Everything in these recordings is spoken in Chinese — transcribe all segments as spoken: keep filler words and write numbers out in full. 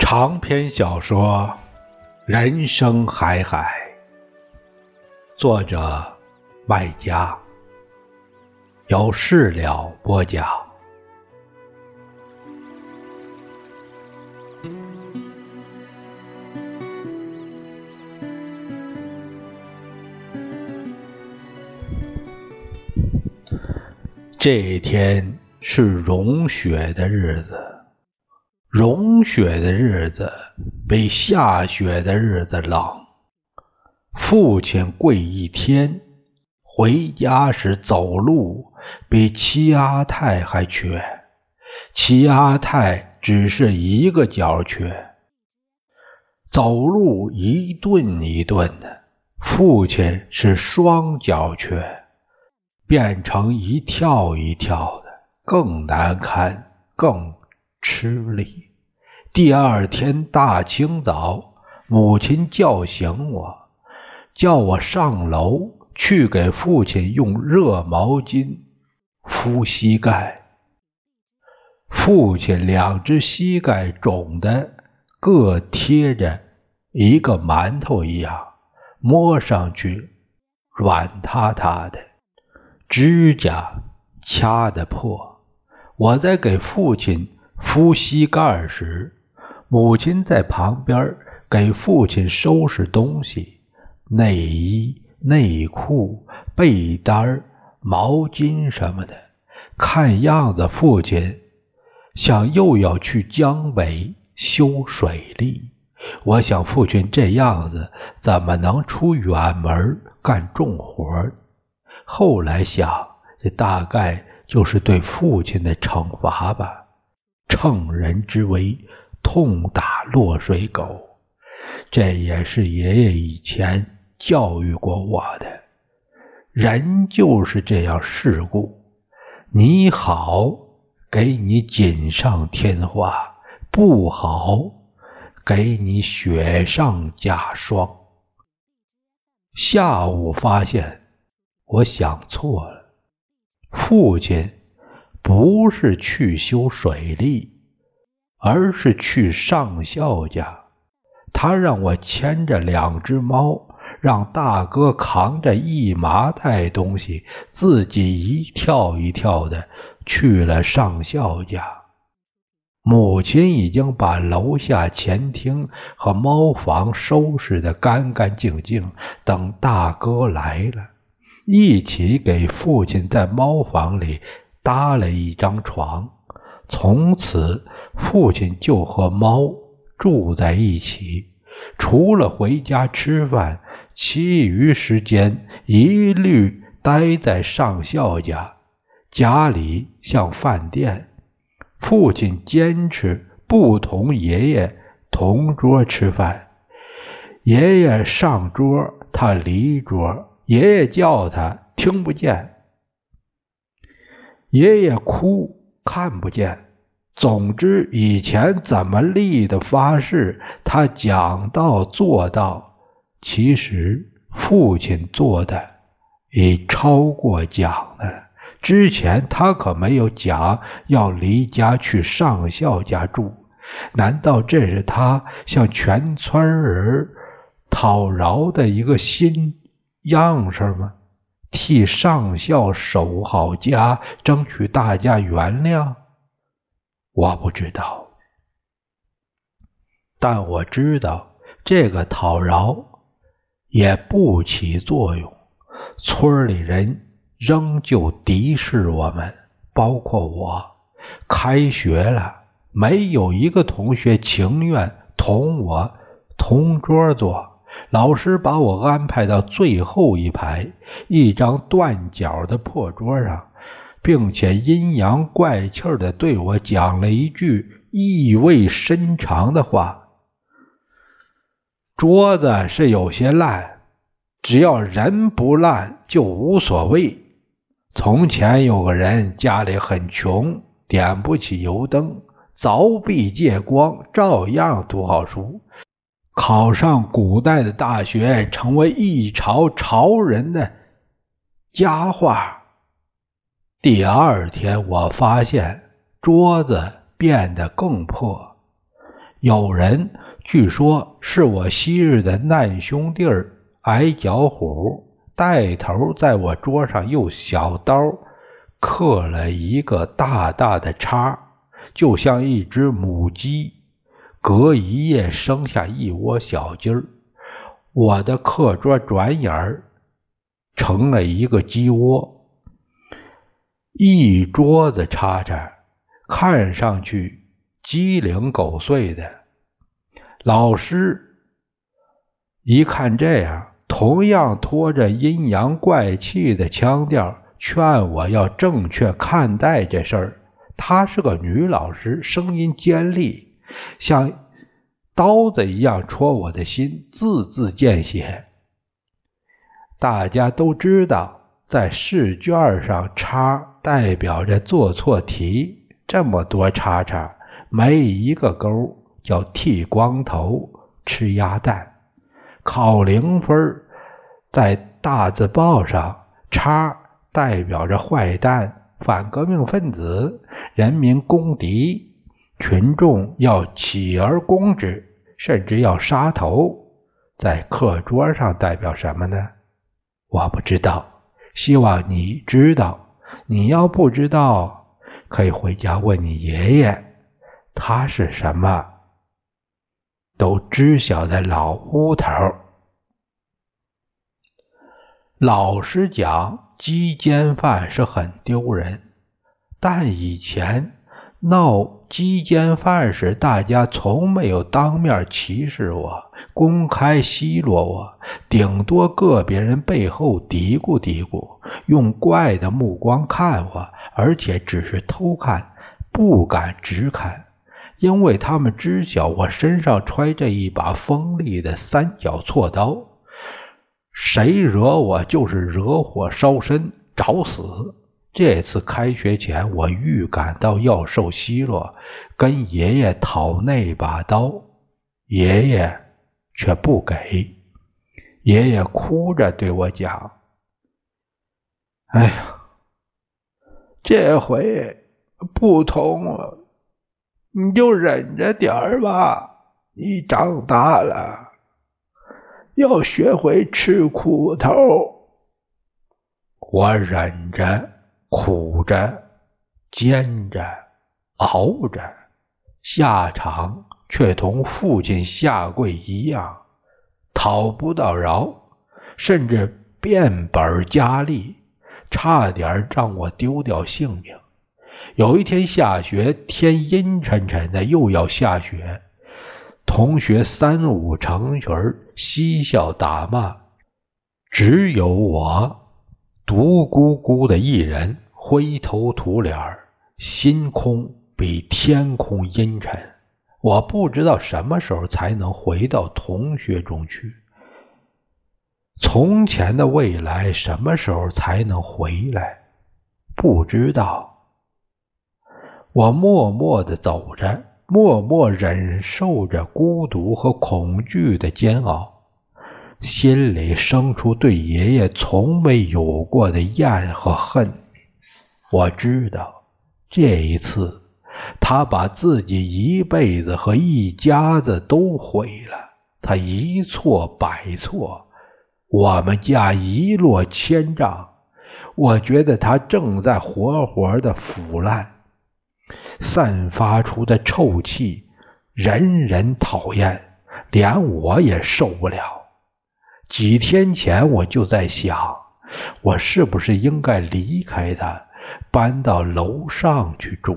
长篇小说《人生海海》，作者麦家，由事了播讲。这一天是融雪的日子，融雪的日子比下雪的日子冷。父亲跪一天，回家时走路比齐阿泰还瘸，齐阿泰只是一个脚瘸，走路一顿一顿的，父亲是双脚瘸，变成一跳一跳的，更难堪，更吃力。第二天大清早，母亲叫醒我，叫我上楼去给父亲用热毛巾敷膝盖。父亲两只膝盖肿得各贴着一个馒头一样，摸上去软塌塌的，指甲掐得破。我在给父亲敷膝盖时，母亲在旁边给父亲收拾东西，内衣、内裤、被单、毛巾什么的。看样子父亲想又要去江北修水利。我想父亲这样子怎么能出远门干重活？后来想，这大概就是对父亲的惩罚吧。乘人之危，痛打落水狗，这也是爷爷以前教育过我的。人就是这样世故，你好给你锦上添花，不好给你雪上加霜。下午发现我想错了，父亲不是去修水利，而是去上校家。他让我牵着两只猫，让大哥扛着一麻袋东西，自己一跳一跳的去了上校家。母亲已经把楼下前厅和猫房收拾得干干净净，等大哥来了，一起给父亲在猫房里搭了一张床。从此父亲就和猫住在一起，除了回家吃饭，其余时间一律待在上校家。家里像饭店，父亲坚持不同爷爷同桌吃饭，爷爷上桌他离桌，爷爷叫他听不见，爷爷哭看不见。总之以前怎么立的发誓，他讲到做到。其实父亲做的已超过讲的了，之前他可没有讲要离家去上校家住。难道这是他向全村人讨饶的一个新样式吗？替上校守好家，争取大家原谅？我不知道，但我知道这个讨饶也不起作用，村里人仍旧敌视我们，包括我。开学了，没有一个同学情愿同我同桌坐，老师把我安排到最后一排，一张断脚的破桌上，并且阴阳怪气地对我讲了一句意味深长的话：桌子是有些烂，只要人不烂就无所谓。从前有个人家里很穷，点不起油灯，凿壁借光，照样读好书，考上古代的大学，成为一朝朝人的佳话。第二天我发现桌子变得更破， 有人据说是我昔日的难兄弟儿矮脚虎，带头在我桌上用小刀刻了一个大大的叉，就像一只母鸡隔一夜生下一窝小鸡儿。我的课桌转眼儿成了一个鸡窝，一桌子叉叉，看上去鸡零狗碎的。老师一看这样，同样拖着阴阳怪气的腔调，劝我要正确看待这事儿。她是个女老师，声音尖利，像刀子一样戳我的心，字字见血。大家都知道，在试卷上叉代表着做错题，这么多叉叉，没一个勾，叫剃光头吃鸭蛋。考零分，在大字报上，叉代表着坏蛋、反革命分子、人民公敌，群众要起而攻之，甚至要杀头。在课桌上代表什么呢？我不知道，希望你知道。你要不知道，可以回家问你爷爷，他是什么都知晓的老乌头。老实讲，鸡奸犯是很丢人，但以前闹鸡奸犯时，大家从没有当面歧视我，公开奚落我，顶多个别人背后嘀咕嘀咕，用怪的目光看我，而且只是偷看，不敢直看，因为他们知晓我身上揣着一把锋利的三角锉刀，谁惹我就是惹火烧身，找死。这次开学前，我预感到要受奚落，跟爷爷讨那把刀，爷爷却不给。爷爷哭着对我讲：哎呀，这回不同了，你就忍着点儿吧，你长大了，要学会吃苦头。我忍着，苦着，煎着，熬着，下场却同父亲下跪一样，讨不到饶，甚至变本加厉，差点让我丢掉性命。有一天下学，天阴沉沉的，又要下雪，同学三五成群嬉笑打骂，只有我独孤孤的一人，灰头土脸，心空比天空阴沉。我不知道什么时候才能回到同学中去，从前的未来什么时候才能回来，不知道。我默默地走着，默默忍受着孤独和恐惧的煎熬，心里生出对爷爷从未有过的厌和恨。我知道，这一次他把自己一辈子和一家子都毁了，他一错百错，我们家一落千丈。我觉得他正在活活的腐烂，散发出的臭气人人讨厌，连我也受不了。几天前我就在想，我是不是应该离开他，搬到楼上去住。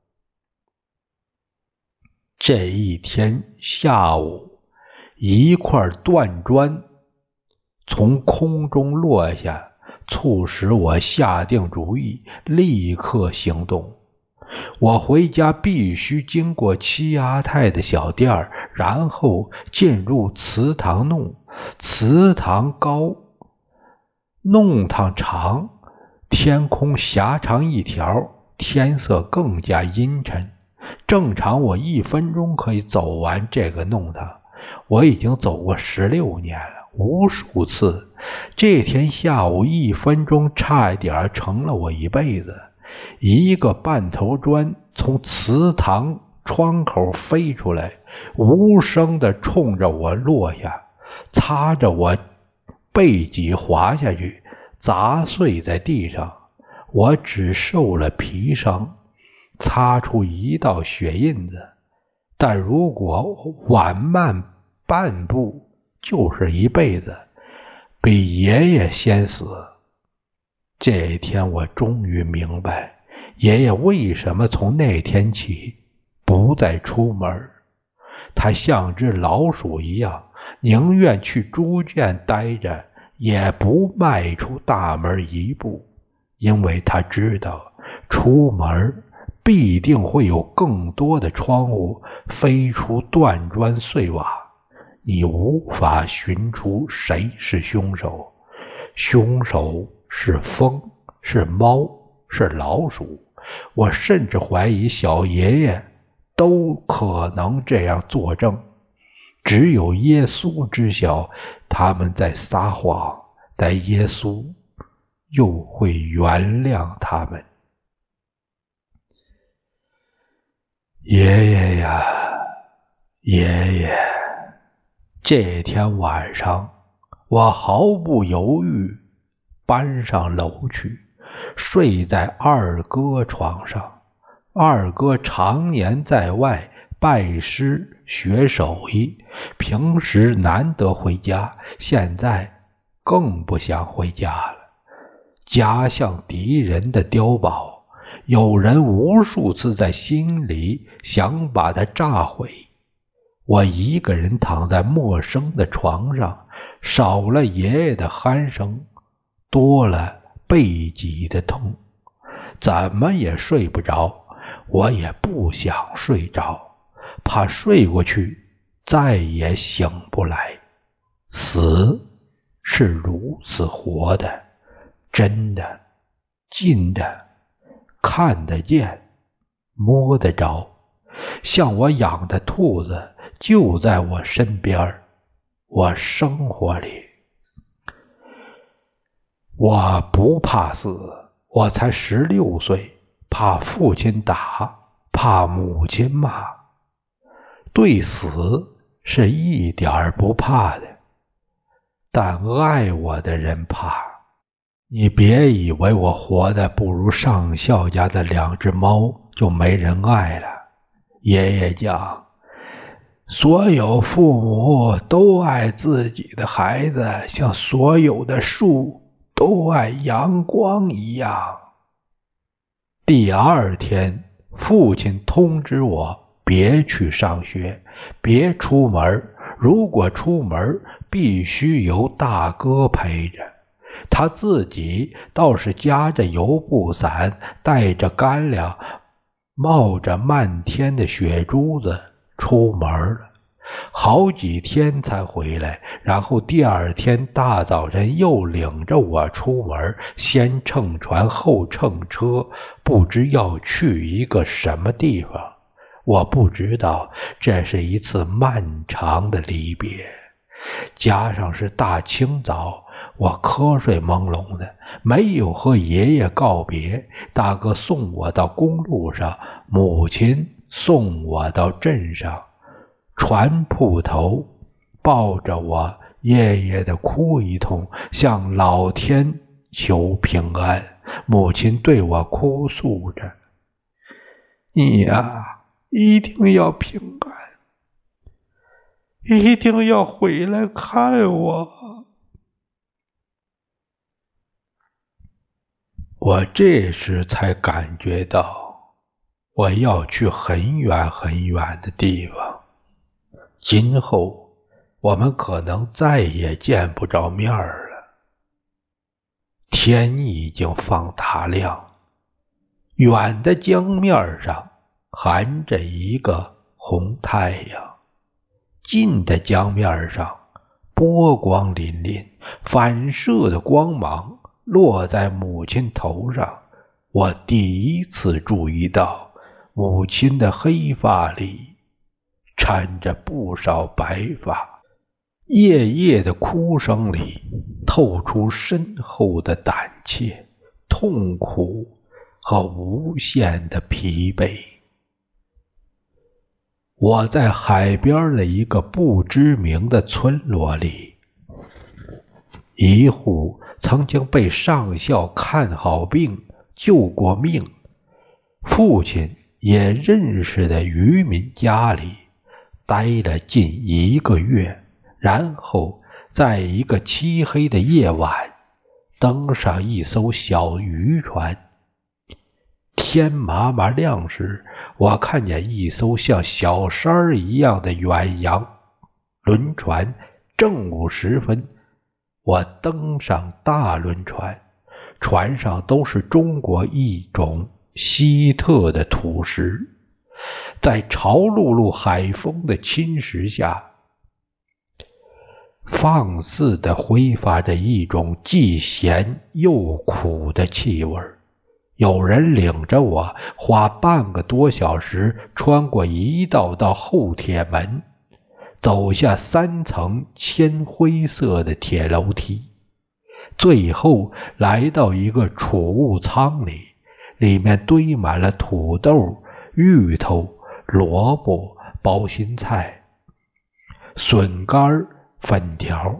这一天下午，一块断砖从空中落下，促使我下定主意，立刻行动。我回家必须经过七阿太的小店，然后进入祠堂弄。祠堂高，弄堂长，天空狭长一条，天色更加阴沉。正常我一分钟可以走完这个弄堂，我已经走过十六年了，无数次。这天下午一分钟差一点成了我一辈子。一个半头砖从祠堂窗口飞出来，无声地冲着我落下，擦着我背脊滑下去，砸碎在地上。我只受了皮伤，擦出一道血印子，但如果晚慢半步，就是一辈子，比爷爷先死。这一天我终于明白，爷爷为什么从那天起不再出门。他像只老鼠一样，宁愿去猪圈待着，也不迈出大门一步，因为他知道出门必定会有更多的窗户飞出断砖碎瓦，你无法寻出谁是凶手。凶手是风，是猫，是老鼠。我甚至怀疑小爷爷都可能这样作证，只有耶稣知晓他们在撒谎，但耶稣又会原谅他们。爷爷呀，爷爷！这天晚上，我毫不犹豫搬上楼去，睡在二哥床上。二哥常年在外拜师学手艺，平时难得回家，现在更不想回家了。家像敌人的碉堡，有人无数次在心里想把它炸毁。我一个人躺在陌生的床上，少了爷爷的鼾声，多了背脊的痛，怎么也睡不着。我也不想睡着，怕睡过去再也醒不来。死是如此活的，真的，近的，看得见，摸得着，像我养的兔子就在我身边，我生活里。我不怕死，我才十六岁，怕父亲打，怕母亲骂，对死是一点儿不怕的，但爱我的人怕。你别以为我活得不如上校家的两只猫就没人爱了。爷爷讲，所有父母都爱自己的孩子，像所有的树都爱阳光一样。第二天，父亲通知我别去上学，别出门，如果出门必须由大哥陪着。他自己倒是夹着油布伞，带着干粮，冒着漫天的雪珠子出门了，好几天才回来，然后第二天大早晨又领着我出门，先乘船后乘车，不知要去一个什么地方。我不知道这是一次漫长的离别，加上是大清早，我瞌睡朦胧的，没有和爷爷告别。大哥送我到公路上，母亲送我到镇上，船铺头抱着我夜夜的哭一通，向老天求平安。母亲对我哭诉着，你呀，一定要平安，一定要回来看我。我这时才感觉到我要去很远很远的地方，今后我们可能再也见不着面儿了。天已经放大亮，远的江面上含着一个红太阳，近的江面上波光粼粼，反射的光芒落在母亲头上。我第一次注意到母亲的黑发里掺着不少白发，夜夜的哭声里透出深厚的胆怯、痛苦和无限的疲惫。 我在海边的一个不知名的村落里，一户曾经被上校看好病救过命，父亲也认识的渔民家里待了近一个月，然后在一个漆黑的夜晚登上一艘小渔船。天麻麻亮时，我看见一艘像小山一样的远洋轮船。正午时分，我登上大轮船，船上都是中国一种稀特的土石，在潮漉漉海风的侵蚀下，放肆地挥发着一种既咸又苦的气味。有人领着我花半个多小时穿过一道道厚铁门，走下三层铅灰色的铁楼梯，最后来到一个储物仓里，里面堆满了土豆、芋头、萝卜、包心菜、笋干、粉条，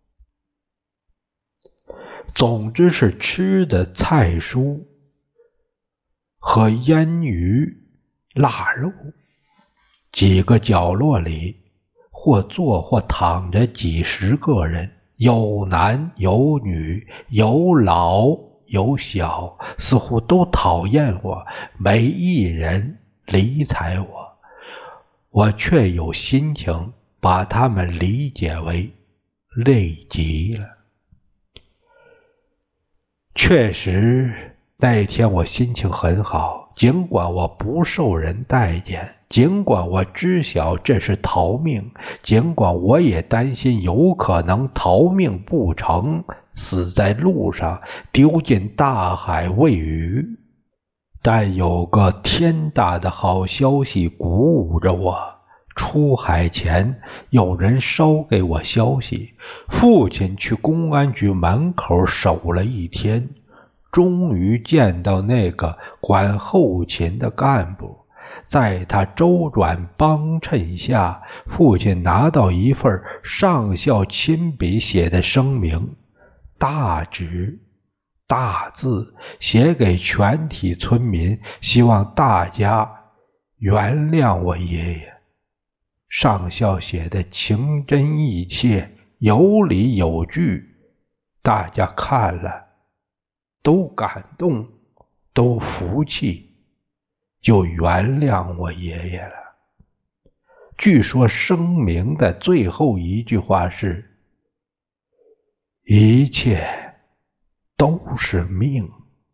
总之是吃的菜蔬和腌鱼、腊肉。几个角落里或坐或躺着几十个人，有男有女，有老有小，似乎都讨厌我，没一人理睬我。我却有心情把他们理解为累极了。确实那天我心情很好，尽管我不受人待见，尽管我知晓这是逃命，尽管我也担心有可能逃命不成，死在路上，丢进大海喂鱼。但有个天大的好消息鼓舞着我，出海前有人捎给我消息，父亲去公安局门口守了一天，终于见到那个管后勤的干部。在他周转帮衬下，父亲拿到一份上校亲笔写的声明，大纸大字写给全体村民，希望大家原谅我爷爷。上校写的情真意切，有理有据，大家看了都感动，都服气，就原谅我爷爷了。据说声明的最后一句话是：一切都是命。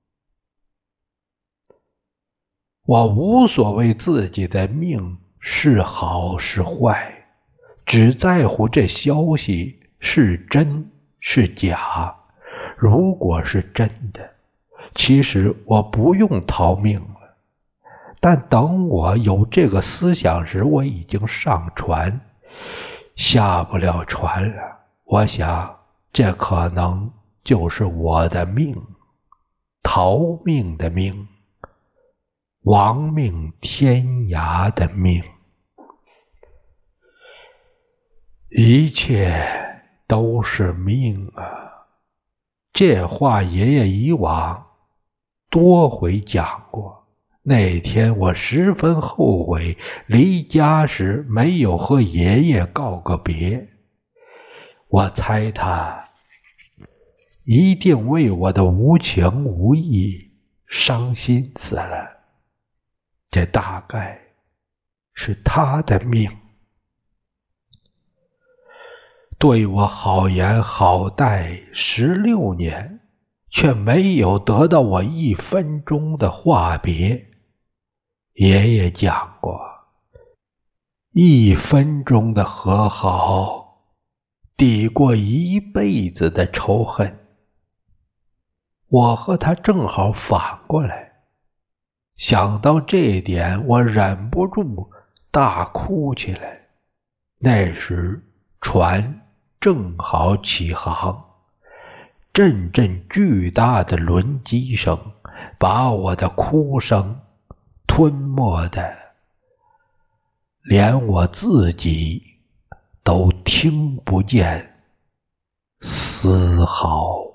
我无所谓自己的命是好是坏，只在乎这消息是真是假。如果是真的，其实我不用逃命了，但等我有这个思想时，我已经上船，下不了船了。我想这可能就是我的命，逃命的命，亡命天涯的命。一切都是命啊！这话爷爷以往多回讲过。那天我十分后悔离家时没有和爷爷告个别，我猜他一定为我的无情无义伤心死了，这大概是他的命。对我好言好待十六年，却没有得到我一分钟的话别。爷爷讲过，一分钟的和好抵过一辈子的仇恨。我和他正好反过来，想到这点，我忍不住大哭起来。那时船正好起航，阵阵巨大的轮机声把我的哭声吞没的连我自己都听不见丝毫。